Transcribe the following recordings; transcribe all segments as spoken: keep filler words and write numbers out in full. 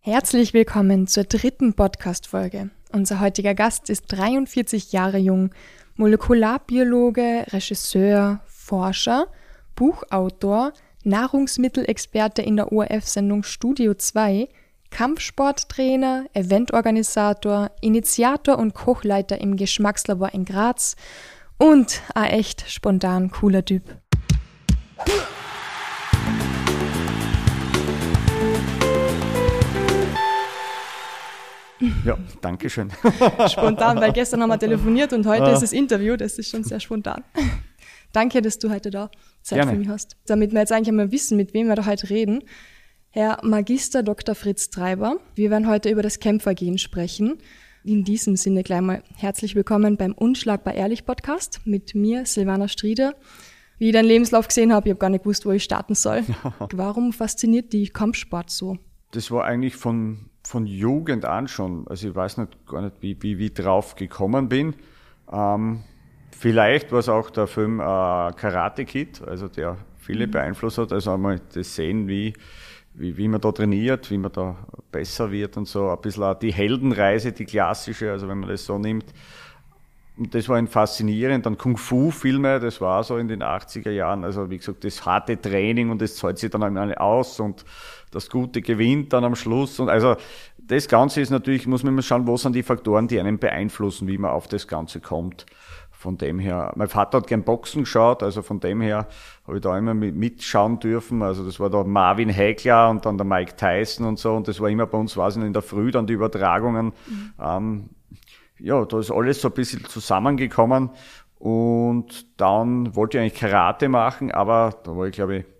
Herzlich willkommen zur dritten Podcast-Folge. Unser heutiger Gast ist dreiundvierzig Jahre jung, Molekularbiologe, Regisseur, Forscher, Buchautor, Nahrungsmittelexperte in der O R F-Sendung Studio zwei, Kampfsporttrainer, Eventorganisator, Initiator und Kochleiter im Geschmackslabor in Graz und ein echt spontan cooler Typ. Ja, danke schön. Spontan, weil gestern haben wir telefoniert und heute ah. ist das Interview, das ist schon sehr spontan. Danke, dass du heute da Zeit Gerne. Für mich hast. Damit wir jetzt eigentlich einmal wissen, mit wem wir da heute reden. Herr Magister Doktor Fritz Treiber, wir werden heute über das Kämpfergehen sprechen. In diesem Sinne gleich mal herzlich willkommen beim Unschlagbar Ehrlich Podcast mit mir, Silvana Strieder. Wie ich deinen Lebenslauf gesehen habe, ich habe gar nicht gewusst, wo ich starten soll. Warum fasziniert dich Kampfsport so? Das war eigentlich von von Jugend an schon, also ich weiß nicht gar nicht, wie wie, wie drauf gekommen bin. Ähm, vielleicht war es auch der Film äh, Karate Kid, also der viele mhm. beeinflusst hat, also einmal das Sehen, wie, wie wie man da trainiert, wie man da besser wird und so, ein bisschen auch die Heldenreise, die klassische, also wenn man das so nimmt. Und das war ein faszinierend. Dann Kung-Fu-Filme, das war so in den achtziger Jahren, also wie gesagt, das harte Training und das zahlt sich dann einmal aus und das Gute gewinnt dann am Schluss. Und also das Ganze ist natürlich, muss man immer schauen, wo sind die Faktoren, die einen beeinflussen, wie man auf das Ganze kommt. Von dem her, mein Vater hat gern Boxen geschaut, also von dem her habe ich da immer mitschauen dürfen. Also das war da Marvin Hagler und dann der Mike Tyson und so. Und das war immer bei uns, weiß ich nicht, in der Früh dann die Übertragungen. Mhm. Ähm, ja, da ist alles so ein bisschen zusammengekommen. Und dann wollte ich eigentlich Karate machen, aber da war ich, glaube ich,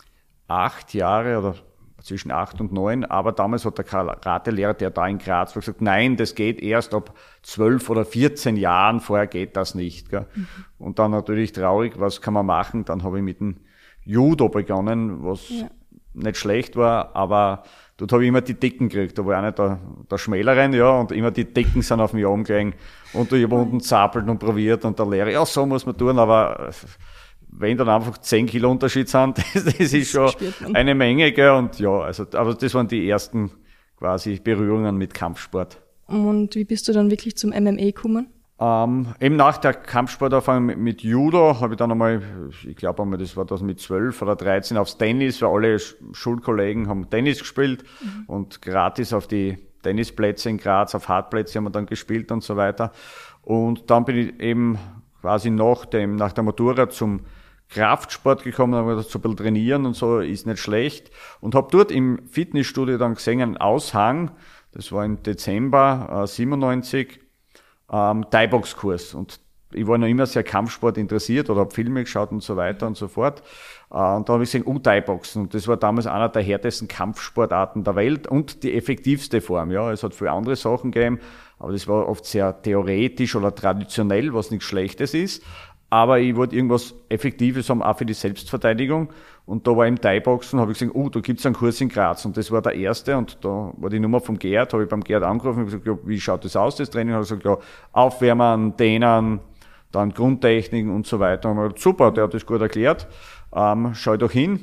acht Jahre oder zwischen acht und neun, aber damals hat der Karate-Lehrer, der da in Graz war, gesagt, nein, das geht erst ab zwölf oder vierzehn Jahren, vorher geht das nicht. Gell? Mhm. Und dann natürlich traurig, was kann man machen? Dann habe ich mit dem Judo begonnen, was ja. nicht schlecht war, aber dort habe ich immer die Dicken gekriegt. Da war einer der, der Schmäleren, ja, und immer die Dicken sind auf mich umgegangen. Und ich habe unten zappelt und probiert und der Lehrer, ja, so muss man tun, aber wenn dann einfach zehn Kilo Unterschied sind, das, das ist schon eine Menge, gell, und ja, also, aber das waren die ersten quasi Berührungen mit Kampfsport. Und wie bist du dann wirklich zum M M A gekommen? Ähm, eben nach der Kampfsporterfahrung mit, mit Judo habe ich dann einmal, ich glaube einmal, das war das mit zwölf oder dreizehn, aufs Tennis, weil alle Schulkollegen haben Tennis gespielt mhm. und gratis auf die Tennisplätze in Graz, auf Hartplätze haben wir dann gespielt und so weiter. Und dann bin ich eben quasi nach dem, nach der Matura zum Kraftsport gekommen, habe gesagt, so ein bisschen trainieren und so ist nicht schlecht. Und habe dort im Fitnessstudio dann gesehen, einen Aushang, das war im Dezember äh, siebenundneunzig, ähm, Thai-Box-Kurs. Und ich war noch immer sehr Kampfsport interessiert oder habe Filme geschaut und so weiter und so fort. Äh, und da habe ich gesehen, oh, Thai-Boxen. Und das war damals einer der härtesten Kampfsportarten der Welt und die effektivste Form. Ja, es hat viele andere Sachen gegeben, aber das war oft sehr theoretisch oder traditionell, was nichts Schlechtes ist. Aber ich wollte irgendwas Effektives haben, auch für die Selbstverteidigung. Und da war im Thai-Boxen, habe ich gesagt, oh, da gibt's einen Kurs in Graz. Und das war der erste. Und da war die Nummer vom Gerd, habe ich beim Gerd angerufen und gesagt, ja, wie schaut das aus, das Training? Und er hat gesagt, ja, Aufwärmen, Dehnen, dann Grundtechniken und so weiter. Und ich habe gesagt, super, der hat das gut erklärt. Ähm, schau doch hin.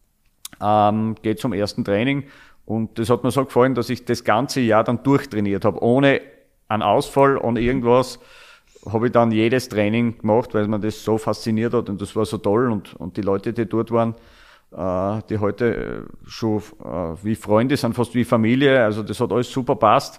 Ähm, geht zum ersten Training. Und das hat mir so gefallen, dass ich das ganze Jahr dann durchtrainiert habe, ohne einen Ausfall, ohne irgendwas. Habe ich dann jedes Training gemacht, weil man das so fasziniert hat und das war so toll und, und die Leute, die dort waren, äh, die heute schon äh, wie Freunde sind, fast wie Familie, also das hat alles super passt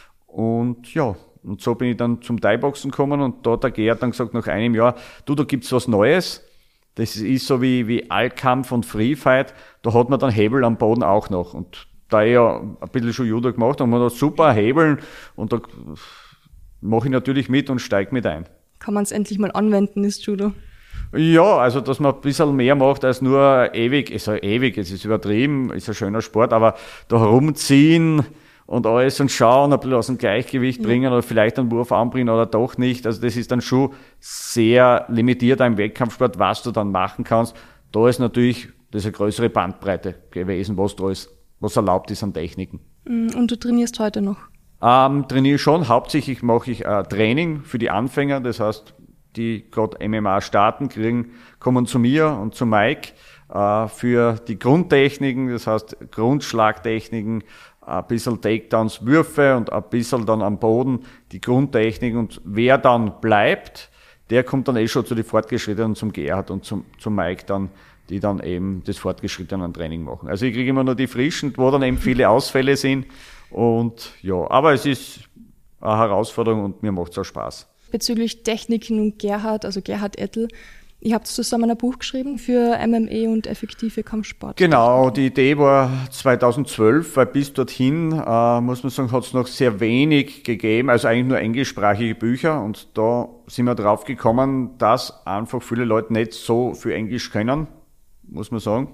und ja, und so bin ich dann zum Thai-Boxen gekommen und da hat der Gerd dann gesagt, nach einem Jahr, du, da gibt's was Neues, das ist so wie, wie Allkampf und Freefight, da hat man dann Hebel am Boden auch noch und da ich ja ein bisschen schon Judo gemacht habe, man hat super Hebeln und da mache ich natürlich mit und steige mit ein. Kann man es endlich mal anwenden, das Judo? Ja, also dass man ein bisschen mehr macht als nur ewig, ist ja ewig, es ist übertrieben, ist ein schöner Sport, aber da herumziehen und alles und schauen, ein bisschen aus dem Gleichgewicht ja. bringen oder vielleicht einen Wurf anbringen oder doch nicht, also das ist dann schon sehr limitiert im Wettkampfsport, was du dann machen kannst. Da ist natürlich das eine größere Bandbreite gewesen, was da ist, was erlaubt ist an Techniken. Und du trainierst heute noch? Ähm, trainiere schon, hauptsächlich mache ich äh, Training für die Anfänger, das heißt, die gerade M M A starten, kriegen, kommen zu mir und zu Mike äh, für die Grundtechniken, das heißt Grundschlagtechniken, ein bisschen Takedowns, Würfe und ein bisschen dann am Boden die Grundtechnik. Und wer dann bleibt, der kommt dann eh schon zu den Fortgeschrittenen, zum Gerhard und zum, zum Mike dann, die dann eben das fortgeschrittene Training machen. Also ich kriege immer nur die Frischen, wo dann eben viele Ausfälle sind. Und ja, aber es ist eine Herausforderung und mir macht es auch Spaß. Bezüglich Techniken und Gerhard, also Gerhard Ettel, ihr habt zusammen ein Buch geschrieben für M M A und effektive Kampfsport. Genau, die Idee war zweitausendzwölf, weil bis dorthin, äh, muss man sagen, hat es noch sehr wenig gegeben, also eigentlich nur englischsprachige Bücher. Und da sind wir drauf gekommen, dass einfach viele Leute nicht so viel Englisch können, muss man sagen.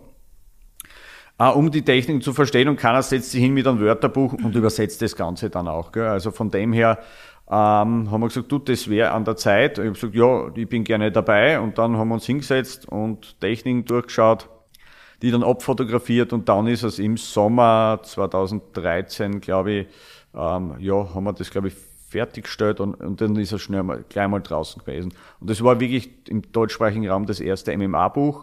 Uh, um die Techniken zu verstehen, und keiner setzt sich hin mit einem Wörterbuch und übersetzt das Ganze dann auch. Gell? Also von dem her ähm, haben wir gesagt, du, das wäre an der Zeit. Ich habe gesagt, ja, ich bin gerne dabei. Und dann haben wir uns hingesetzt und Techniken durchgeschaut, die dann abfotografiert. Und dann ist es im Sommer zweitausenddreizehn, glaube ich, ähm, ja, haben wir das, glaube ich, fertiggestellt und, und dann ist es schnell mal, gleich mal draußen gewesen. Und das war wirklich im deutschsprachigen Raum das erste M M A-Buch.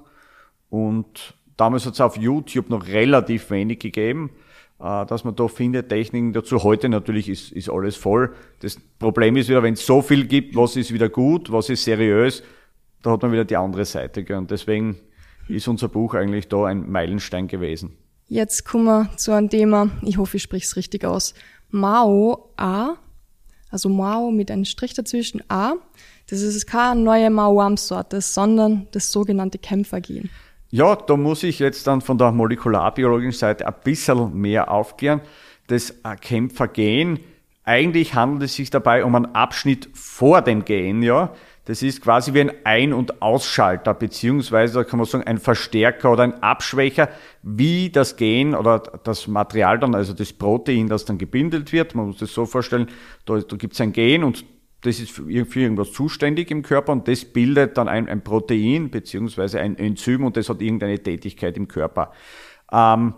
Und damals hat es auf YouTube noch relativ wenig gegeben, äh, dass man da findet, Techniken dazu. Heute natürlich ist, ist alles voll. Das Problem ist wieder, wenn es so viel gibt, was ist wieder gut, was ist seriös, da hat man wieder die andere Seite. Gell? Und deswegen ist unser Buch eigentlich da ein Meilenstein gewesen. Jetzt kommen wir zu einem Thema, ich hoffe, ich spreche es richtig aus. Mao A, also Mao mit einem Strich dazwischen A, das ist keine neue Mao-Sorte, sondern das sogenannte Kämpfergen. Ja, da muss ich jetzt dann von der molekularbiologischen Seite ein bisschen mehr aufklären. Das Kämpfergen, eigentlich handelt es sich dabei um einen Abschnitt vor dem Gen, ja. Das ist quasi wie ein Ein- und Ausschalter, beziehungsweise, da kann man sagen, ein Verstärker oder ein Abschwächer, wie das Gen oder das Material dann, also das Protein, das dann gebildet wird. Man muss das so vorstellen, da, da gibt es ein Gen und das ist für irgendwas zuständig im Körper und das bildet dann ein, ein Protein beziehungsweise ein Enzym und das hat irgendeine Tätigkeit im Körper. Ähm,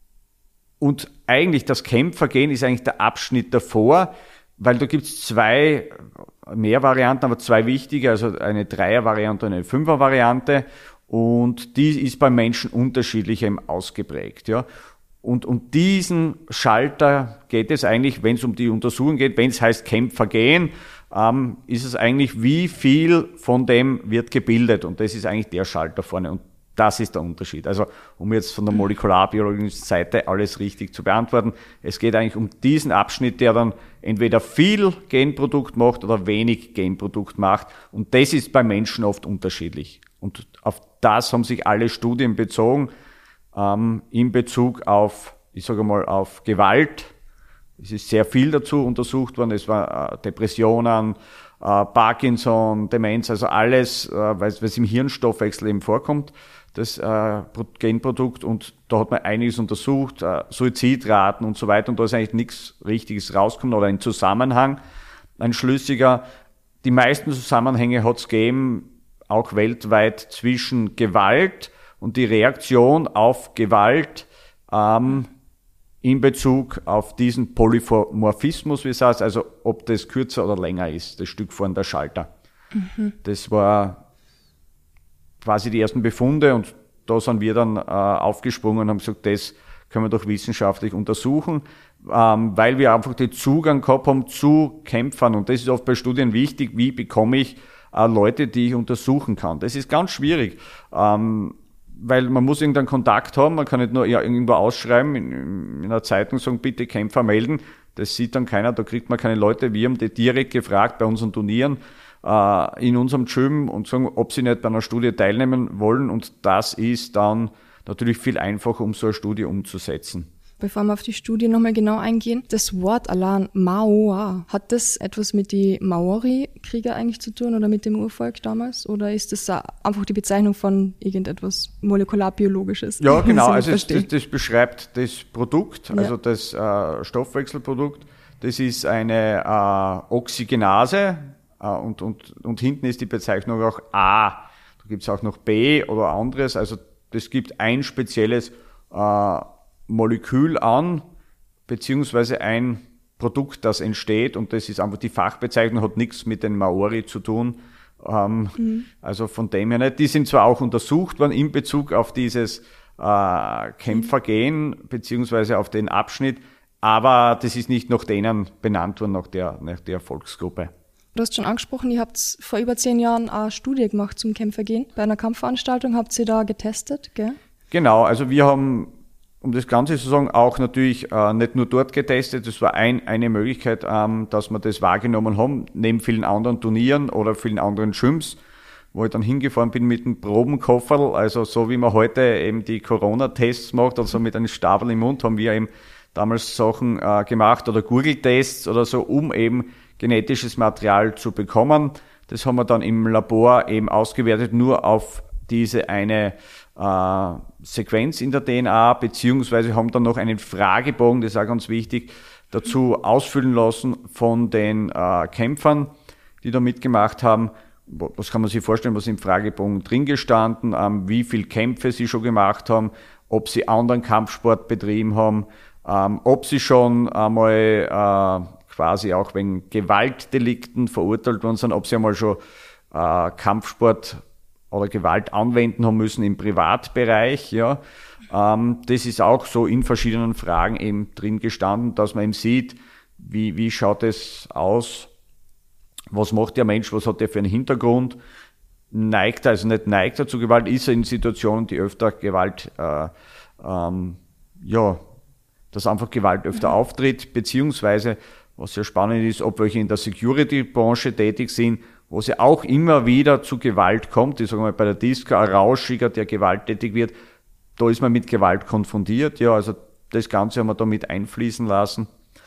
und eigentlich das Kämpfergen ist eigentlich der Abschnitt davor, weil da gibt es zwei, mehr Varianten, aber zwei wichtige, also eine Dreier-Variante und eine Fünfer-Variante und die ist beim Menschen unterschiedlich eben ausgeprägt, ja. Und um diesen Schalter geht es eigentlich, wenn es um die Untersuchung geht, wenn es heißt Kämpfergen, ähm, ist es eigentlich, wie viel von dem wird gebildet. Und das ist eigentlich der Schalter vorne. Und das ist der Unterschied. Also um jetzt von der molekularbiologischen Seite alles richtig zu beantworten, es geht eigentlich um diesen Abschnitt, der dann entweder viel Genprodukt macht oder wenig Genprodukt macht. Und das ist beim Menschen oft unterschiedlich. Und auf das haben sich alle Studien bezogen. Ähm, in Bezug auf, ich sage mal, auf Gewalt. Es ist sehr viel dazu untersucht worden. Es war äh, Depressionen, äh, Parkinson, Demenz, also alles, äh, weil es im Hirnstoffwechsel eben vorkommt, das äh, Genprodukt. Und da hat man einiges untersucht, äh, Suizidraten und so weiter. Und da ist eigentlich nichts Richtiges rausgekommen oder ein Zusammenhang, ein schlüssiger. Die meisten Zusammenhänge hat es gegeben, auch weltweit, zwischen Gewalt und die Reaktion auf Gewalt ähm, in Bezug auf diesen Polymorphismus, wie es heißt, also ob das kürzer oder länger ist, das Stück vorn der Schalter. Mhm. Das war quasi die ersten Befunde und da sind wir dann äh, aufgesprungen und haben gesagt, das können wir doch wissenschaftlich untersuchen, ähm, weil wir einfach den Zugang gehabt haben zu Kämpfern und das ist oft bei Studien wichtig, wie bekomme ich äh, Leute, die ich untersuchen kann. Das ist ganz schwierig. Ähm, Weil man muss irgendeinen Kontakt haben, man kann nicht nur ja, irgendwo ausschreiben, in, in einer Zeitung sagen, bitte Kämpfer melden, das sieht dann keiner, da kriegt man keine Leute. Wir haben die direkt gefragt bei unseren Turnieren äh, in unserem Gym und sagen, ob sie nicht bei einer Studie teilnehmen wollen und das ist dann natürlich viel einfacher, um so eine Studie umzusetzen. Bevor wir auf die Studie nochmal genau eingehen, das Wort allein Maoa, hat das etwas mit den Maori-Krieger eigentlich zu tun oder mit dem Urvolk damals? Oder ist das einfach die Bezeichnung von irgendetwas molekularbiologisches? Ja, genau, also das, das, das beschreibt das Produkt, ja. also das äh, Stoffwechselprodukt. Das ist eine äh, Oxygenase äh, und, und, und hinten ist die Bezeichnung auch A. Da gibt es auch noch B oder anderes, also das gibt ein spezielles äh, Molekül an, beziehungsweise ein Produkt, das entsteht und das ist einfach die Fachbezeichnung, hat nichts mit den Maori zu tun. Ähm, mhm. Also von dem her nicht. Die sind zwar auch untersucht worden in Bezug auf dieses äh, Kämpfergen, beziehungsweise auf den Abschnitt. aber das ist nicht nach denen benannt worden, nach der, nach der Volksgruppe. Du hast schon angesprochen, ihr habt vor über zehn Jahren eine Studie gemacht zum Kämpfergehen. Bei einer Kampfveranstaltung habt ihr da getestet, gell? Genau, also wir haben, um das Ganze zu sagen, auch natürlich äh, nicht nur dort getestet. Das war ein, eine Möglichkeit, ähm, dass wir das wahrgenommen haben, neben vielen anderen Turnieren oder vielen anderen Gyms, wo ich dann hingefahren bin mit einem Probenkofferl. Also so wie man heute eben die Corona-Tests macht, also mit einem Stabel im Mund, haben wir eben damals Sachen äh, gemacht oder Gurgeltests oder so, um eben genetisches Material zu bekommen. Das haben wir dann im Labor eben ausgewertet, nur auf diese eine äh, Sequenz in der D N A, beziehungsweise haben dann noch einen Fragebogen, das ist auch ganz wichtig, dazu ausfüllen lassen von den äh, Kämpfern, die da mitgemacht haben. Was kann man sich vorstellen, was im Fragebogen drin gestanden, ähm, wie viele Kämpfe sie schon gemacht haben, ob sie anderen Kampfsport betrieben haben, ähm, ob sie schon einmal äh, quasi auch wegen Gewaltdelikten verurteilt worden sind, ob sie einmal schon äh, Kampfsport oder Gewalt anwenden haben müssen im Privatbereich. Ja. Ähm, das ist auch so in verschiedenen Fragen eben drin gestanden, dass man eben sieht, wie, wie schaut es aus, was macht der Mensch, was hat der für einen Hintergrund, neigt er, also nicht neigt er zu Gewalt, ist er in Situationen, die öfter Gewalt, äh, ähm, ja, dass einfach Gewalt öfter mhm. auftritt, beziehungsweise was sehr spannend ist, ob welche in der Security-Branche tätig sind, wo es ja auch immer wieder zu Gewalt kommt. Ich sage mal, bei der Disco, ein Rauschiger, der gewalttätig wird, da ist man mit Gewalt konfrontiert. Ja, also das Ganze haben wir da mit einfließen lassen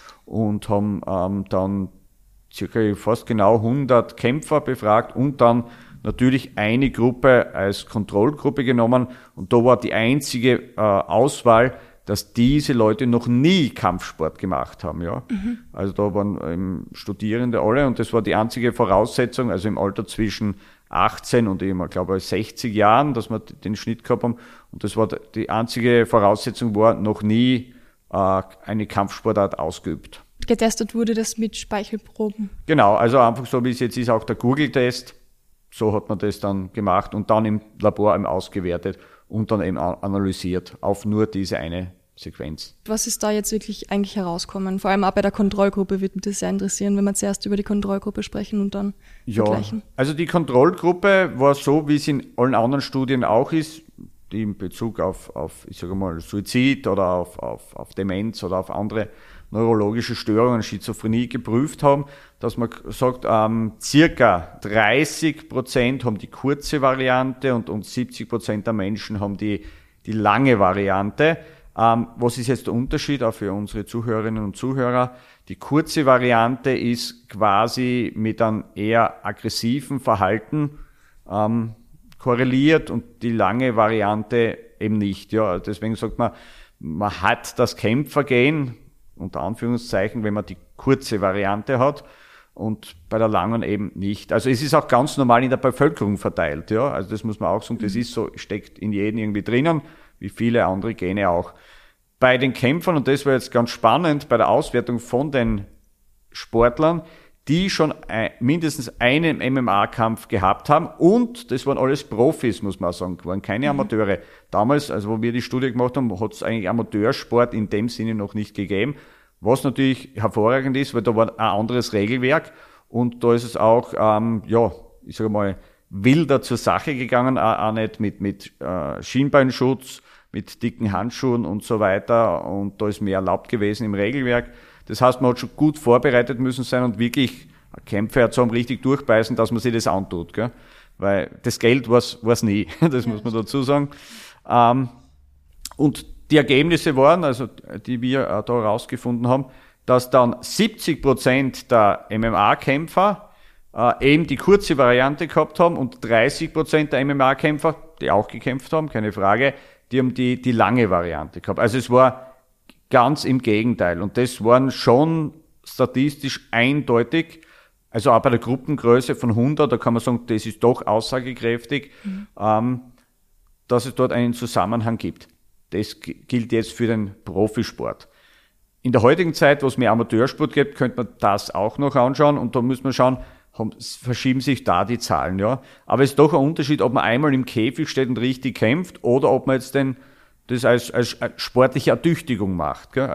und haben ähm, dann circa fast genau hundert Kämpfer befragt und dann natürlich eine Gruppe als Kontrollgruppe genommen. Und da war die einzige äh, Auswahl, dass diese Leute noch nie Kampfsport gemacht haben, ja. Mhm. Also da waren ähm, Studierende alle und das war die einzige Voraussetzung, also im Alter zwischen achtzehn und eben, ich glaube, sechzig Jahren, dass wir den Schnitt gehabt haben. Und das war die einzige Voraussetzung, war noch nie äh, eine Kampfsportart ausgeübt. Getestet wurde das mit Speichelproben? Genau, also einfach so wie es jetzt ist, auch der Google-Test. So hat man das dann gemacht und dann im Labor eben ausgewertet und dann eben analysiert auf nur diese eine Sequenz. Was ist da jetzt wirklich eigentlich herauskommen? Vor allem auch bei der Kontrollgruppe würde mich das sehr interessieren, wenn wir zuerst über die Kontrollgruppe sprechen und dann ja, vergleichen. Also die Kontrollgruppe war so, wie es in allen anderen Studien auch ist, die in Bezug auf, auf ich sage mal, Suizid oder auf, auf, auf Demenz oder auf andere neurologische Störungen, Schizophrenie geprüft haben, dass man sagt, ähm, circa dreißig Prozent haben die kurze Variante und, und siebzig Prozent der Menschen haben die, die lange Variante. Ähm, was ist jetzt der Unterschied auch für unsere Zuhörerinnen und Zuhörer? Die kurze Variante ist quasi mit einem eher aggressiven Verhalten ähm, korreliert und die lange Variante eben nicht. Ja, deswegen sagt man, man hat das Kämpfergehen, unter Anführungszeichen, wenn man die kurze Variante hat und bei der langen eben nicht. Also es ist auch ganz normal in der Bevölkerung verteilt, ja. Also das muss man auch sagen, das ist so, steckt in jedem irgendwie drinnen, wie viele andere Gene auch. Bei den Kämpfern, und das war jetzt ganz spannend, bei der Auswertung von den Sportlern, die schon ein, mindestens einen M M A-Kampf gehabt haben und das waren alles Profis, muss man auch sagen, waren keine Amateure. Damals, also wo wir die Studie gemacht haben, hat es eigentlich Amateursport in dem Sinne noch nicht gegeben, was natürlich hervorragend ist, weil da war ein anderes Regelwerk und da ist es auch, ähm, ja, ich sage mal, wilder zur Sache gegangen, auch, auch nicht mit, mit äh, Schienbeinschutz, mit dicken Handschuhen und so weiter und da ist mehr erlaubt gewesen im Regelwerk. Das heißt, man hat schon gut vorbereitet müssen sein und wirklich Kämpfe zu haben, richtig durchbeißen, dass man sich das antut, gell? Weil das Geld war es nie, das ja, muss man dazu sagen. Ähm, und die Ergebnisse waren, also die wir äh, da rausgefunden haben, dass dann siebzig Prozent der M M A-Kämpfer äh, eben die kurze Variante gehabt haben und dreißig Prozent der M M A-Kämpfer, die auch gekämpft haben, keine Frage, die haben die, die lange Variante gehabt. Also es war ganz im Gegenteil. Und das waren schon statistisch eindeutig, also auch bei der Gruppengröße von hundert, da kann man sagen, das ist doch aussagekräftig, mhm. ähm, dass es dort einen Zusammenhang gibt. Das gilt jetzt für den Profisport. In der heutigen Zeit, wo es mehr Amateursport gibt, könnte man das auch noch anschauen und da muss man schauen, haben, verschieben sich da die Zahlen, ja. Aber es ist doch ein Unterschied, ob man einmal im Käfig steht und richtig kämpft oder ob man jetzt den das als, als sportliche Ertüchtigung macht. Gell? Also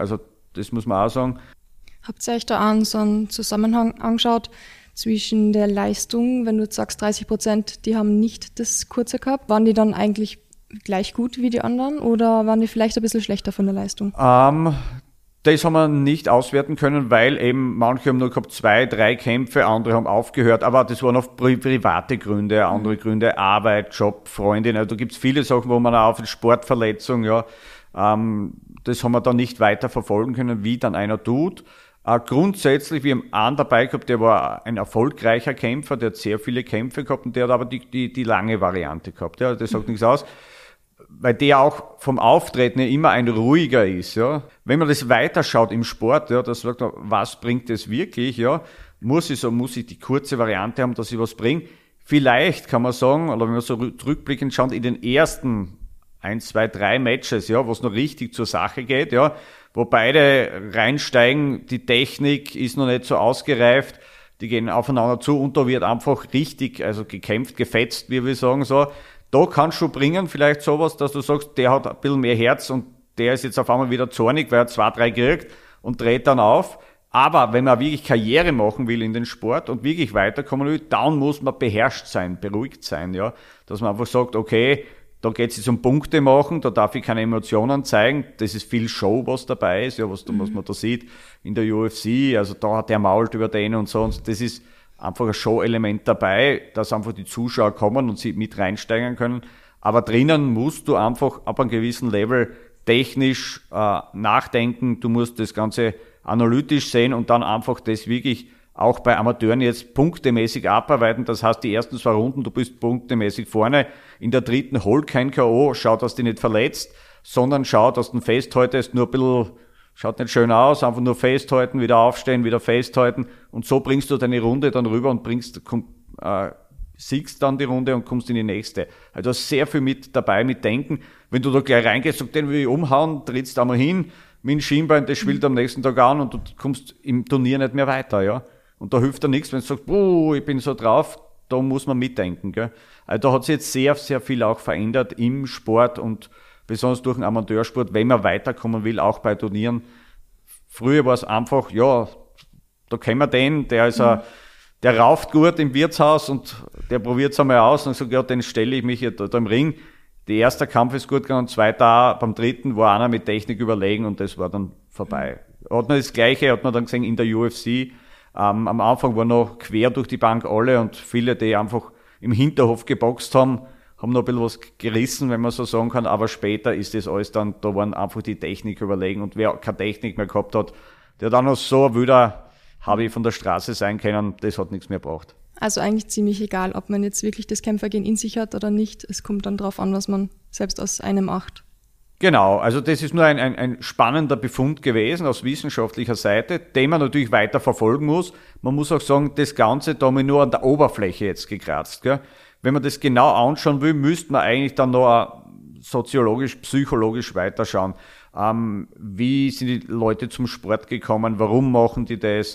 das muss man auch sagen. Habt ihr euch da an so einen Zusammenhang angeschaut zwischen der Leistung, wenn du jetzt sagst dreißig Prozent, die haben nicht das Kurze gehabt, waren die dann eigentlich gleich gut wie die anderen oder waren die vielleicht ein bisschen schlechter von der Leistung? Ähm, das haben wir nicht auswerten können, weil eben manche haben nur gehabt zwei, drei Kämpfe, andere haben aufgehört, aber das waren oft pri- private Gründe, andere mhm. Gründe, Arbeit, Job, Freundin, also da gibt es viele Sachen, wo man auch auf Sportverletzung, ja, ähm, das haben wir dann nicht weiter verfolgen können, wie dann einer tut. Äh, grundsätzlich, wir haben einen dabei gehabt, der war ein erfolgreicher Kämpfer, der hat sehr viele Kämpfe gehabt und der hat aber die, die, die lange Variante gehabt, ja, das sagt mhm. nichts aus. Weil der auch vom Auftreten ja immer ein ruhiger ist, ja. Wenn man das weiterschaut im Sport, ja, da sagt man, was bringt das wirklich, ja. Muss ich so, muss ich die kurze Variante haben, dass ich was bringe? Vielleicht kann man sagen, oder wenn man so rückblickend schaut, in den ersten ein, zwei, drei Matches, ja, wo es noch richtig zur Sache geht, ja, wo beide reinsteigen, die Technik ist noch nicht so ausgereift, die gehen aufeinander zu und da wird einfach richtig, also gekämpft, gefetzt, wie wir sagen, so. Da kannst du bringen vielleicht sowas, dass du sagst, der hat ein bisschen mehr Herz und der ist jetzt auf einmal wieder zornig, weil er zwei, drei kriegt und dreht dann auf. Aber wenn man wirklich Karriere machen will in den Sport und wirklich weiterkommen will, dann muss man beherrscht sein, beruhigt sein, ja. Dass man einfach sagt, okay, da geht es jetzt um Punkte machen, da darf ich keine Emotionen zeigen. Das ist viel Show, was dabei ist, ja, was, mhm. was man da sieht in der U F C. Also da hat der mault über den und so. Und das ist einfach ein Show-Element dabei, dass einfach die Zuschauer kommen und sie mit reinsteigern können. Aber drinnen musst du einfach ab einem gewissen Level technisch äh, nachdenken. Du musst das Ganze analytisch sehen und dann einfach das wirklich auch bei Amateuren jetzt punktemäßig abarbeiten. Das heißt, die ersten zwei Runden, du bist punktemäßig vorne. In der dritten hol kein K O, schau, dass du dich nicht verletzt, sondern schau, dass du festhaltest, nur ein bisschen. Schaut nicht schön aus, einfach nur festhalten, wieder aufstehen, wieder festhalten und so bringst du deine Runde dann rüber und bringst, komm, äh, siegst dann die Runde und kommst in die nächste. Also da ist sehr viel mit dabei, mit Denken. Wenn du da gleich reingehst, sagst, den will ich umhauen, trittst da mal hin, mit dem Schienbein, das schwillt am nächsten Tag an und du kommst im Turnier nicht mehr weiter, ja. Und da hilft dir nichts, wenn du sagst, oh, ich bin so drauf, da muss man mitdenken, gell. Also da hat sich jetzt sehr, sehr viel auch verändert im Sport und besonders durch den Amateursport, wenn man weiterkommen will, auch bei Turnieren. Früher war es einfach, ja, da kennen wir den, der ist ein, der rauft gut im Wirtshaus und der probiert es einmal aus und sagt, ja, den stelle ich mich hier da, da im Ring. Der erste Kampf ist gut gegangen, zweiter, beim dritten war einer mit Technik überlegen und das war dann vorbei. Hat man das Gleiche, hat man dann gesehen in der U F C. Ähm, am Anfang waren noch quer durch die Bank alle und viele, die einfach im Hinterhof geboxt haben, haben noch ein bisschen was gerissen, wenn man so sagen kann, aber später ist das alles dann, da waren einfach die Technik überlegen und wer keine Technik mehr gehabt hat, der dann noch so wieder, habe ich von der Straße sein können, das hat nichts mehr gebraucht. Also eigentlich ziemlich egal, ob man jetzt wirklich das Kämpfergehen in sich hat oder nicht, es kommt dann drauf an, was man selbst aus einem macht. Genau, also das ist nur ein, ein, ein spannender Befund gewesen aus wissenschaftlicher Seite, den man natürlich weiter verfolgen muss. Man muss auch sagen, das Ganze da haben wir nur an der Oberfläche jetzt gekratzt, gell? Wenn man das genau anschauen will, müsste man eigentlich dann noch soziologisch, psychologisch weiterschauen. Ähm, wie sind die Leute zum Sport gekommen? Warum machen die das?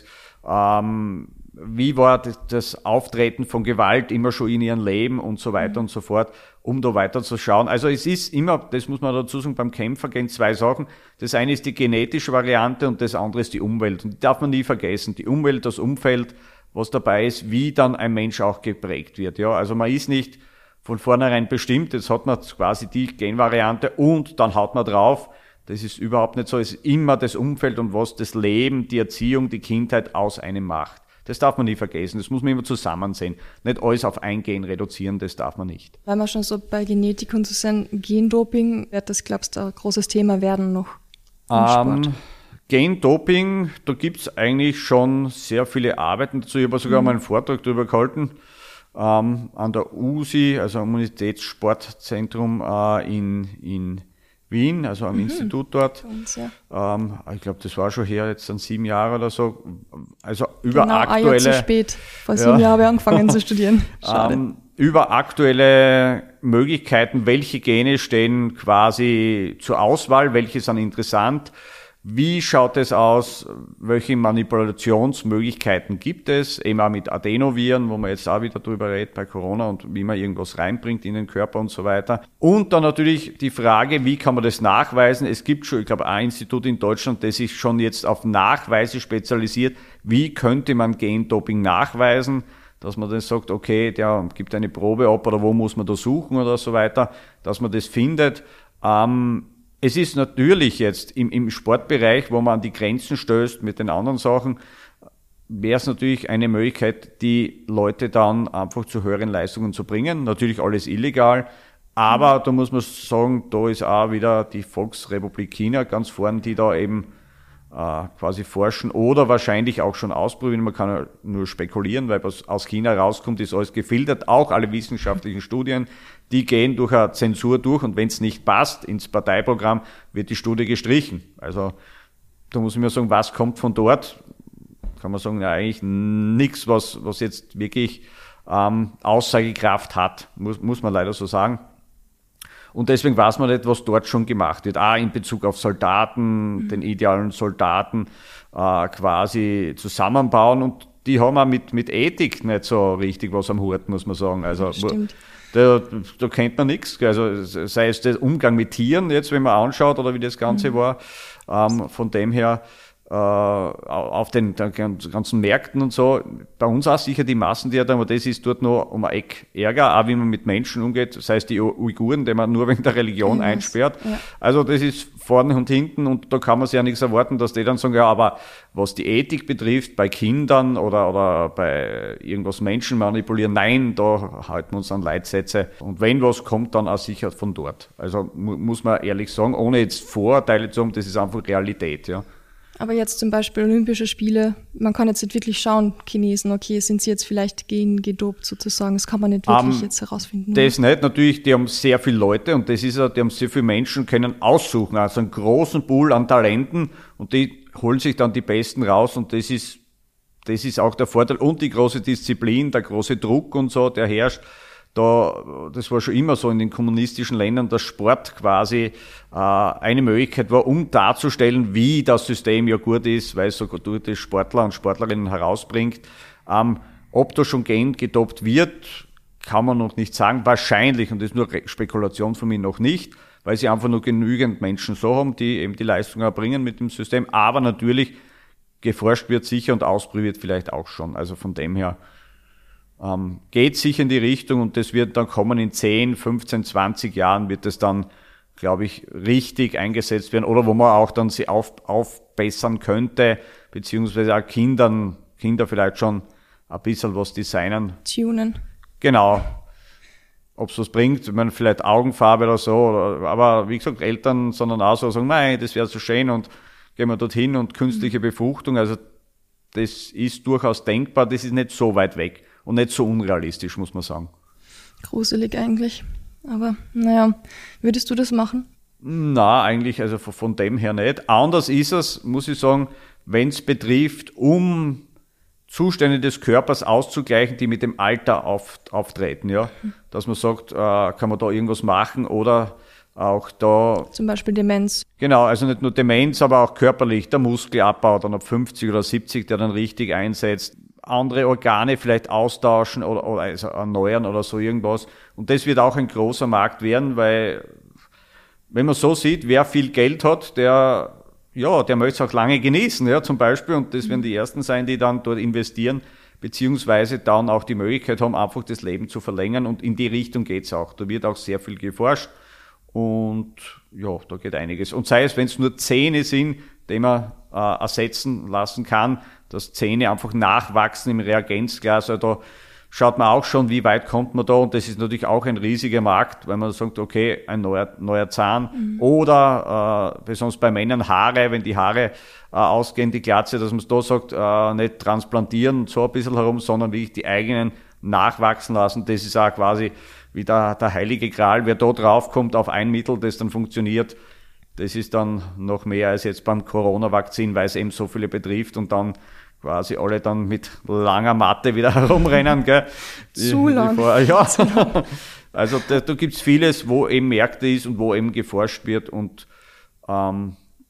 Ähm, wie war das, das Auftreten von Gewalt immer schon in ihrem Leben und so weiter mhm. und so fort, um da weiter zu schauen. Also es ist immer, das muss man dazu sagen, beim Kämpfergehen zwei Sachen. Das eine ist die genetische Variante und das andere ist die Umwelt. Und die darf man nie vergessen. Die Umwelt, das Umfeld, was dabei ist, wie dann ein Mensch auch geprägt wird. Ja, also man ist nicht von vornherein bestimmt, jetzt hat man quasi die Genvariante und dann haut man drauf. Das ist überhaupt nicht so. Es ist immer das Umfeld und was das Leben, die Erziehung, die Kindheit aus einem macht. Das darf man nie vergessen. Das muss man immer zusammen sehen. Nicht alles auf ein Gen reduzieren, das darf man nicht. Weil wir schon so bei Genetik und so sind, Gendoping, wird das, glaubst du, ein großes Thema werden noch im ähm, Sport? Gendoping, da gibt's eigentlich schon sehr viele Arbeiten dazu. Ich habe sogar mhm. mal einen Vortrag darüber gehalten ähm, an der U S I, also am Universitätssportzentrum äh, in, in Wien, also am mhm. Institut dort. Uns, ja. ähm, ich glaube, das war schon her, jetzt dann sieben Jahre oder so. Also über genau, aktuelle... Genau, zu spät. Vor ja. sieben Jahren habe ich angefangen zu studieren. Schade. Ähm, über aktuelle Möglichkeiten, welche Gene stehen quasi zur Auswahl, welche sind interessant, Wie schaut es aus? Welche Manipulationsmöglichkeiten gibt es? Eben auch mit Adenoviren, wo man jetzt auch wieder drüber redet bei Corona und wie man irgendwas reinbringt in den Körper und so weiter. Und dann natürlich die Frage, wie kann man das nachweisen? Es gibt schon, ich glaube, ein Institut in Deutschland, das sich schon jetzt auf Nachweise spezialisiert. Wie könnte man Gendoping nachweisen? Dass man dann sagt, okay, der gibt eine Probe ab oder wo muss man da suchen oder so weiter, dass man das findet. Ähm, Es ist natürlich jetzt im, im Sportbereich, wo man an die Grenzen stößt mit den anderen Sachen, wäre es natürlich eine Möglichkeit, die Leute dann einfach zu höheren Leistungen zu bringen. Natürlich alles illegal, aber da muss man sagen, da ist auch wieder die Volksrepublik China ganz vorn, die da eben äh, quasi forschen oder wahrscheinlich auch schon ausprobieren. Man kann ja nur spekulieren, weil was aus China rauskommt, ist alles gefiltert, auch alle wissenschaftlichen Studien. Die gehen durch eine Zensur durch und wenn es nicht passt ins Parteiprogramm, wird die Studie gestrichen. Also da muss ich mir sagen, was kommt von dort? Kann man sagen, ja, eigentlich nichts, was was jetzt wirklich ähm, Aussagekraft hat, muss, muss man leider so sagen. Und deswegen weiß man nicht, was dort schon gemacht wird. Auch in Bezug auf Soldaten, mhm. den idealen Soldaten äh, quasi zusammenbauen. Und die haben auch mit, mit Ethik nicht so richtig was am Hut, muss man sagen. Also Stimmt. Da, da kennt man nichts. Also sei es der Umgang mit Tieren jetzt, wenn man anschaut, oder wie das Ganze mhm. war. Ähm, von dem her äh, auf den, den ganzen Märkten und so. Bei uns auch sicher die Massentierhaltung, aber das ist dort noch um ein Eck ärger, auch wie man mit Menschen umgeht. Sei es die Uiguren, die man nur wegen der Religion mhm. einsperrt. Ja. Also das ist vorne und hinten und da kann man sich ja nichts erwarten, dass die dann sagen, ja, aber was die Ethik betrifft, bei Kindern oder, oder bei irgendwas Menschen manipulieren, nein, da halten wir uns an Leitsätze. Und wenn was kommt, dann auch sicher von dort. Also mu- muss man ehrlich sagen, ohne jetzt Vorurteile zu haben, das ist einfach Realität, ja. Aber jetzt zum Beispiel Olympische Spiele, man kann jetzt nicht wirklich schauen, Chinesen, okay, sind sie jetzt vielleicht gengedopt sozusagen, das kann man nicht wirklich um, jetzt herausfinden. Das nicht, natürlich, die haben sehr viele Leute und das ist ja, die haben sehr viele Menschen, können aussuchen, also einen großen Pool an Talenten und die holen sich dann die Besten raus und das ist, das ist auch der Vorteil und die große Disziplin, der große Druck und so, der herrscht. Da, das war schon immer so in den kommunistischen Ländern, dass Sport quasi äh, eine Möglichkeit war, um darzustellen, wie das System ja gut ist, weil es so gute Sportler und Sportlerinnen herausbringt. Ähm, ob da schon gedopt wird, kann man noch nicht sagen. Wahrscheinlich, und das ist nur Spekulation von mir, noch nicht, weil sie einfach nur genügend Menschen so haben, die eben die Leistung erbringen mit dem System. Aber natürlich, geforscht wird sicher und ausprobiert vielleicht auch schon. Also von dem her Ähm, geht sicher in die Richtung und das wird dann kommen in zehn, fünfzehn, zwanzig Jahren wird es dann, glaube ich, richtig eingesetzt werden oder wo man auch dann sie auf, aufbessern könnte, beziehungsweise auch Kindern, Kinder vielleicht schon ein bisschen was designen. Tunen. Genau. Ob es was bringt, ich meine, vielleicht Augenfarbe oder so, oder, aber wie gesagt, Eltern, sondern auch so sagen, nein, das wäre so schön und gehen wir dorthin und künstliche Befruchtung, also das ist durchaus denkbar, das ist nicht so weit weg. Und nicht so unrealistisch, muss man sagen. Gruselig eigentlich. Aber naja, würdest du das machen? Na, eigentlich, also von dem her nicht. Anders ist es, muss ich sagen, wenn es betrifft, um Zustände des Körpers auszugleichen, die mit dem Alter auf, auftreten. Ja? Dass man sagt, äh, kann man da irgendwas machen oder auch da... Zum Beispiel Demenz. Genau, also nicht nur Demenz, aber auch körperlich, der Muskelabbau dann ab fünfzig oder siebzig, der dann richtig einsetzt. Andere Organe vielleicht austauschen oder, oder also erneuern oder so irgendwas. Und das wird auch ein großer Markt werden, weil wenn man so sieht, wer viel Geld hat, der ja, der möchte es auch lange genießen, ja, zum Beispiel. Und das werden die Ersten sein, die dann dort investieren, beziehungsweise dann auch die Möglichkeit haben, einfach das Leben zu verlängern. Und in die Richtung geht's auch. Da wird auch sehr viel geforscht. Und ja, da geht einiges. Und sei es, wenn es nur Zähne sind, die man äh, ersetzen lassen kann, dass Zähne einfach nachwachsen im Reagenzglas. Also da schaut man auch schon, wie weit kommt man da. Und das ist natürlich auch ein riesiger Markt, weil man sagt, okay, ein neuer, neuer Zahn. Mhm. Oder äh, besonders bei Männern Haare, wenn die Haare äh, ausgehen, die Glatze, dass man da sagt, äh, nicht transplantieren so ein bisschen herum, sondern wirklich die eigenen nachwachsen lassen. Das ist auch quasi wie der, der heilige Gral. Wer da draufkommt auf ein Mittel, das dann funktioniert, das ist dann noch mehr als jetzt beim Corona-Vakzin, weil es eben so viele betrifft und dann quasi alle dann mit langer Matte wieder herumrennen. Gell? Zu lang. Die vor, ja. Also da, da gibt's vieles, wo eben Märkte ist und wo eben geforscht wird und ähm,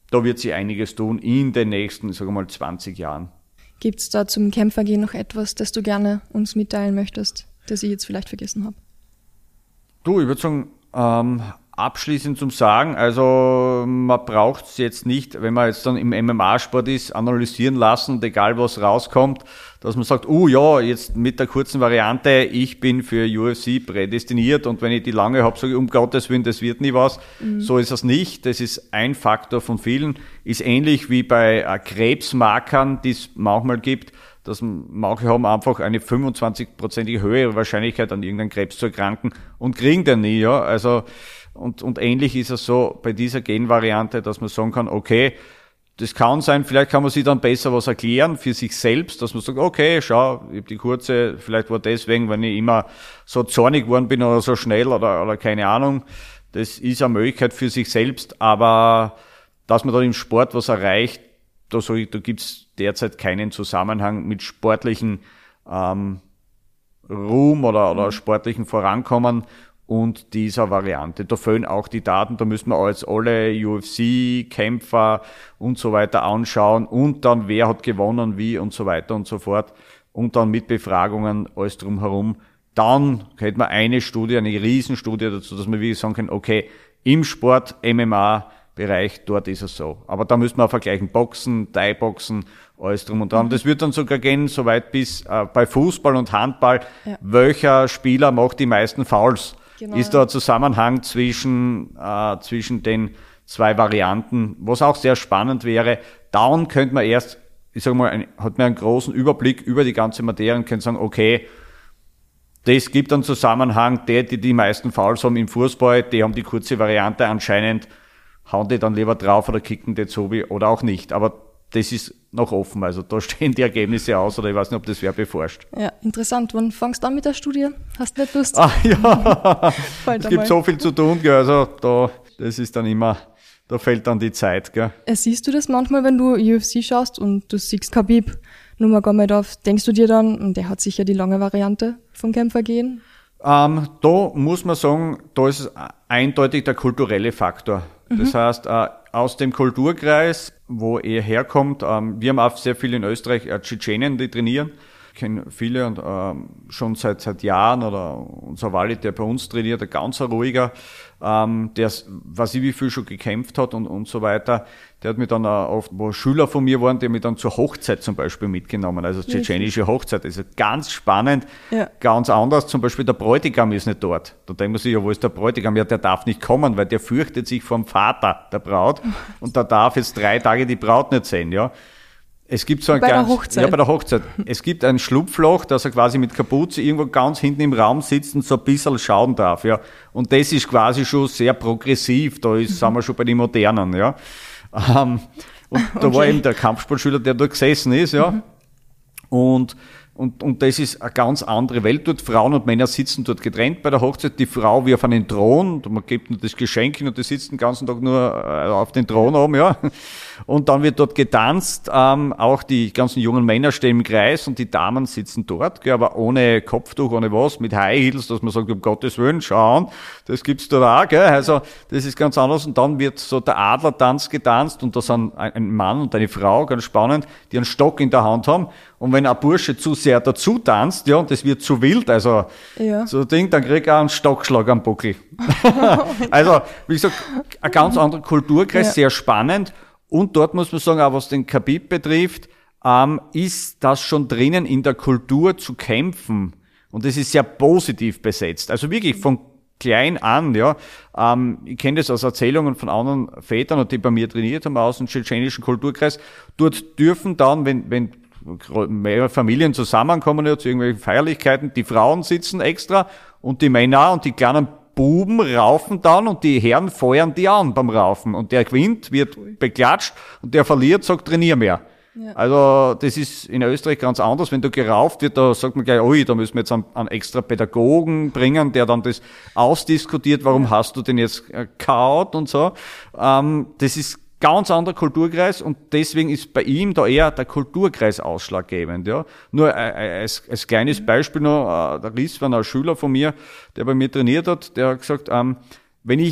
da wird sich einiges tun in den nächsten, sagen wir mal, zwanzig Jahren. Gibt es da zum Kämpfergehen noch etwas, das du gerne uns mitteilen möchtest, das ich jetzt vielleicht vergessen habe? Du, ich würde sagen, ähm, abschließend zum Sagen, also man braucht es jetzt nicht, wenn man jetzt dann im M M A-Sport ist, analysieren lassen und egal was rauskommt, dass man sagt, oh ja, jetzt mit der kurzen Variante, ich bin für U F C prädestiniert und wenn ich die lange habe, sage ich, um Gottes Willen, das wird nie was. Mhm. So ist es nicht, das ist ein Faktor von vielen, ist ähnlich wie bei äh, Krebsmarkern, die es manchmal gibt, dass manche haben einfach eine fünfundzwanzig-prozentige höhere Wahrscheinlichkeit an irgendeinen Krebs zu erkranken und kriegen den nie, ja, also Und, und ähnlich ist es so bei dieser Genvariante, dass man sagen kann, okay, das kann sein, vielleicht kann man sich dann besser was erklären für sich selbst, dass man sagt, okay, schau, ich habe die kurze, vielleicht war deswegen, wenn ich immer so zornig geworden bin oder so schnell oder, oder keine Ahnung. Das ist eine Möglichkeit für sich selbst, aber dass man dann im Sport was erreicht, da, sag ich, da gibt's derzeit keinen Zusammenhang mit sportlichen ähm, Ruhm oder, oder sportlichen Vorankommen und dieser Variante. Da fehlen auch die Daten, da müssen wir jetzt alle U F C-Kämpfer und so weiter anschauen und dann wer hat gewonnen, wie und so weiter und so fort und dann mit Befragungen alles drumherum. Dann hätten wir eine Studie, eine Riesenstudie dazu, dass wir wirklich sagen können, okay, im Sport, M M A-Bereich, dort ist es so. Aber da müssen wir auch vergleichen, Boxen, Thai-Boxen, alles drum und dran. Mhm. Das wird dann sogar gehen, soweit bis äh, bei Fußball und Handball, ja. Welcher Spieler macht die meisten Fouls? Genau. Ist da ein Zusammenhang zwischen, äh, zwischen den zwei Varianten, was auch sehr spannend wäre. Dann könnte man erst, ich sag mal, ein, hat man einen großen Überblick über die ganze Materie und könnte sagen, okay, das gibt einen Zusammenhang, der, die die meisten Fouls haben im Fußball, die haben die kurze Variante anscheinend, hauen die dann lieber drauf oder kicken die so wie, oder auch nicht. Aber das ist noch offen, also da stehen die Ergebnisse aus oder ich weiß nicht, ob das wer beforscht. Ja, interessant. Wann fangst du an mit der Studie? Hast du nicht Lust? Ah ja, es gibt so viel zu tun, gell? Also da, das ist dann immer, da fällt dann die Zeit. Gell? Siehst du das manchmal, wenn du U F C schaust und du siehst Khabib Nurmagomedov, denkst du dir dann, der hat sicher die lange Variante vom Kämpfergehen? Ähm, da muss man sagen, da ist eindeutig der kulturelle Faktor. Mhm. Das heißt, äh, aus dem Kulturkreis, wo er herkommt, ähm, wir haben auch sehr viele in Österreich äh, Tschetschenen, die trainieren. Ich kenne viele und ähm, schon seit seit Jahren oder unser Walid, der bei uns trainiert, ein ganz ruhiger, ähm, der, weiß ich wie viel schon gekämpft hat und und so weiter. Der hat mich dann auch oft, wo Schüler von mir waren, die haben mich dann zur Hochzeit zum Beispiel mitgenommen, also tschetschenische Hochzeit. Das ist ganz spannend, ja. Ganz anders. Zum Beispiel der Bräutigam ist nicht dort. Da denkt man sich, ja, wo ist der Bräutigam? Ja, der darf nicht kommen, weil der fürchtet sich vom Vater der Braut und da darf jetzt drei Tage die Braut nicht sehen, ja. Es gibt so ein bei ganz, der Hochzeit. Ja, bei der Hochzeit. Es gibt ein Schlupfloch, dass er quasi mit Kapuze irgendwo ganz hinten im Raum sitzt und so ein bisschen schauen darf, ja. Und das ist quasi schon sehr progressiv. Da ist, mhm. sind wir schon bei den Modernen, ja. Ähm, und da okay. war eben der Kampfsportschüler, der dort gesessen ist, ja. Mhm. Und, und, und das ist eine ganz andere Welt dort. Frauen und Männer sitzen dort getrennt bei der Hochzeit. Die Frau wie auf einen Thron, man gibt nur das Geschenk hin und die sitzt den ganzen Tag nur auf den Thron oben, ja. Und dann wird dort getanzt, ähm, auch die ganzen jungen Männer stehen im Kreis und die Damen sitzen dort, gell, aber ohne Kopftuch, ohne was, mit High Heels, dass man sagt, um Gottes Willen, schauen, das gibt's dort auch, gell, also das ist ganz anders. Und dann wird so der Adlertanz getanzt und da sind ein Mann und eine Frau, ganz spannend, die einen Stock in der Hand haben und wenn ein Bursche zu sehr dazu tanzt, ja, und das wird zu wild, also ja. so ein Ding, dann kriegt er einen Stockschlag am Buckel. Also, wie gesagt, ein ganz anderer Kulturkreis, ja. Sehr spannend. Und dort muss man sagen, auch was den Khabib betrifft, ähm, ist das schon drinnen in der Kultur zu kämpfen. Und das ist sehr positiv besetzt. Also wirklich von klein an, ja. Ähm, ich kenne das aus Erzählungen von anderen Vätern, die bei mir trainiert haben aus dem tschetschenischen Kulturkreis. Dort dürfen dann, wenn, wenn mehrere Familien zusammenkommen, ja, zu irgendwelchen Feierlichkeiten, die Frauen sitzen extra und die Männer und die kleinen Buben raufen dann und die Herren feuern die an beim Raufen. Und der gewinnt, wird beklatscht und der verliert, sagt, trainier mehr. Ja. Also das ist in Österreich ganz anders. Wenn du gerauft wird, da sagt man gleich, ui, da müssen wir jetzt einen, einen extra Pädagogen bringen, der dann das ausdiskutiert, warum ja. hast du denn jetzt kaut und so. Ähm, das ist ganz anderer Kulturkreis und deswegen ist bei ihm da eher der Kulturkreis ausschlaggebend, ja. Nur äh, als, als kleines Beispiel noch, äh, der Ries war ein Schüler von mir, der bei mir trainiert hat, der hat gesagt, ähm, wenn ich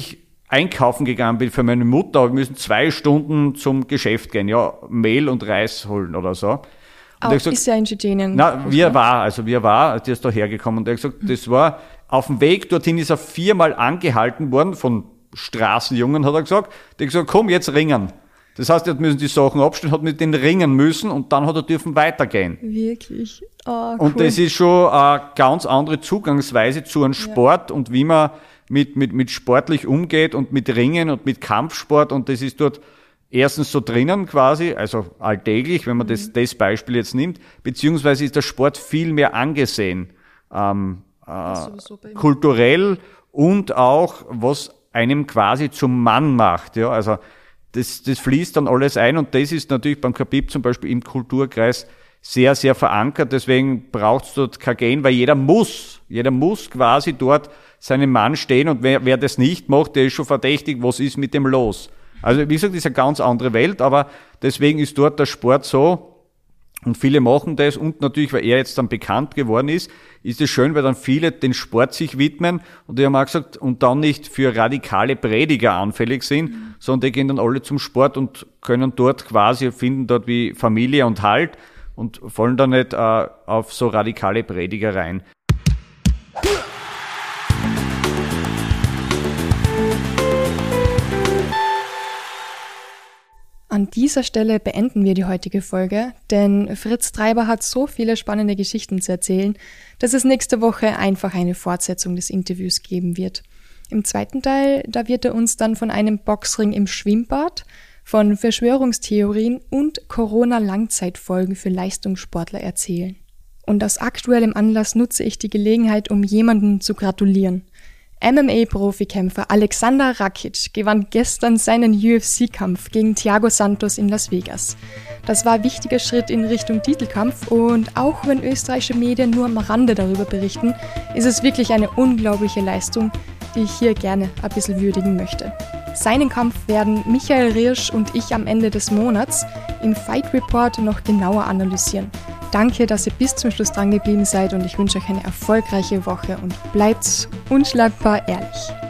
einkaufen gegangen bin für meine Mutter, aber wir müssen zwei Stunden zum Geschäft gehen, ja, Mehl und Reis holen oder so. Und auch gesagt, ist ja in Tschetschenien. Na, wir war, also wir war, die ist da hergekommen und er hat gesagt, mhm. das war, auf dem Weg dorthin ist er viermal angehalten worden von Straßenjungen, hat er gesagt. Der hat gesagt, komm, jetzt ringen. Das heißt, er müssen die Sachen abstellen, hat mit den ringen müssen und dann hat er dürfen weitergehen. Wirklich? Oh, cool. Und das ist schon eine ganz andere Zugangsweise zu einem Sport ja. und wie man mit, mit, mit sportlich umgeht und mit Ringen und mit Kampfsport und das ist dort erstens so drinnen quasi, also alltäglich, wenn man mhm. das, das Beispiel jetzt nimmt, beziehungsweise ist der Sport viel mehr angesehen, ähm, äh, kulturell und auch, was einem quasi zum Mann macht, ja, also das, das fließt dann alles ein und das ist natürlich beim Khabib zum Beispiel im Kulturkreis sehr, sehr verankert, deswegen braucht es dort kein Gehen, weil jeder muss, jeder muss quasi dort seinem Mann stehen und wer, wer das nicht macht, der ist schon verdächtig, was ist mit dem los? Also wie gesagt, das ist eine ganz andere Welt, aber deswegen ist dort der Sport so und viele machen das und natürlich, weil er jetzt dann bekannt geworden ist, ist es schön, weil dann viele den Sport sich widmen und die haben auch gesagt, und dann nicht für radikale Prediger anfällig sind, mhm. sondern die gehen dann alle zum Sport und können dort quasi, finden dort wie Familie und Halt und fallen dann nicht äh, auf so radikale Prediger rein. An dieser Stelle beenden wir die heutige Folge, denn Fritz Treiber hat so viele spannende Geschichten zu erzählen, dass es nächste Woche einfach eine Fortsetzung des Interviews geben wird. Im zweiten Teil, da wird er uns dann von einem Boxring im Schwimmbad, von Verschwörungstheorien und Corona-Langzeitfolgen für Leistungssportler erzählen. Und aus aktuellem Anlass nutze ich die Gelegenheit, um jemandem zu gratulieren. M M A-Profikämpfer Alexander Rakic gewann gestern seinen U F C-Kampf gegen Thiago Santos in Las Vegas. Das war ein wichtiger Schritt in Richtung Titelkampf und auch wenn österreichische Medien nur am Rande darüber berichten, ist es wirklich eine unglaubliche Leistung, die ich hier gerne ein bisschen würdigen möchte. Seinen Kampf werden Michael Riersch und ich am Ende des Monats im Fight Report noch genauer analysieren. Danke, dass ihr bis zum Schluss dran geblieben seid und ich wünsche euch eine erfolgreiche Woche und bleibt unschlagbar ehrlich.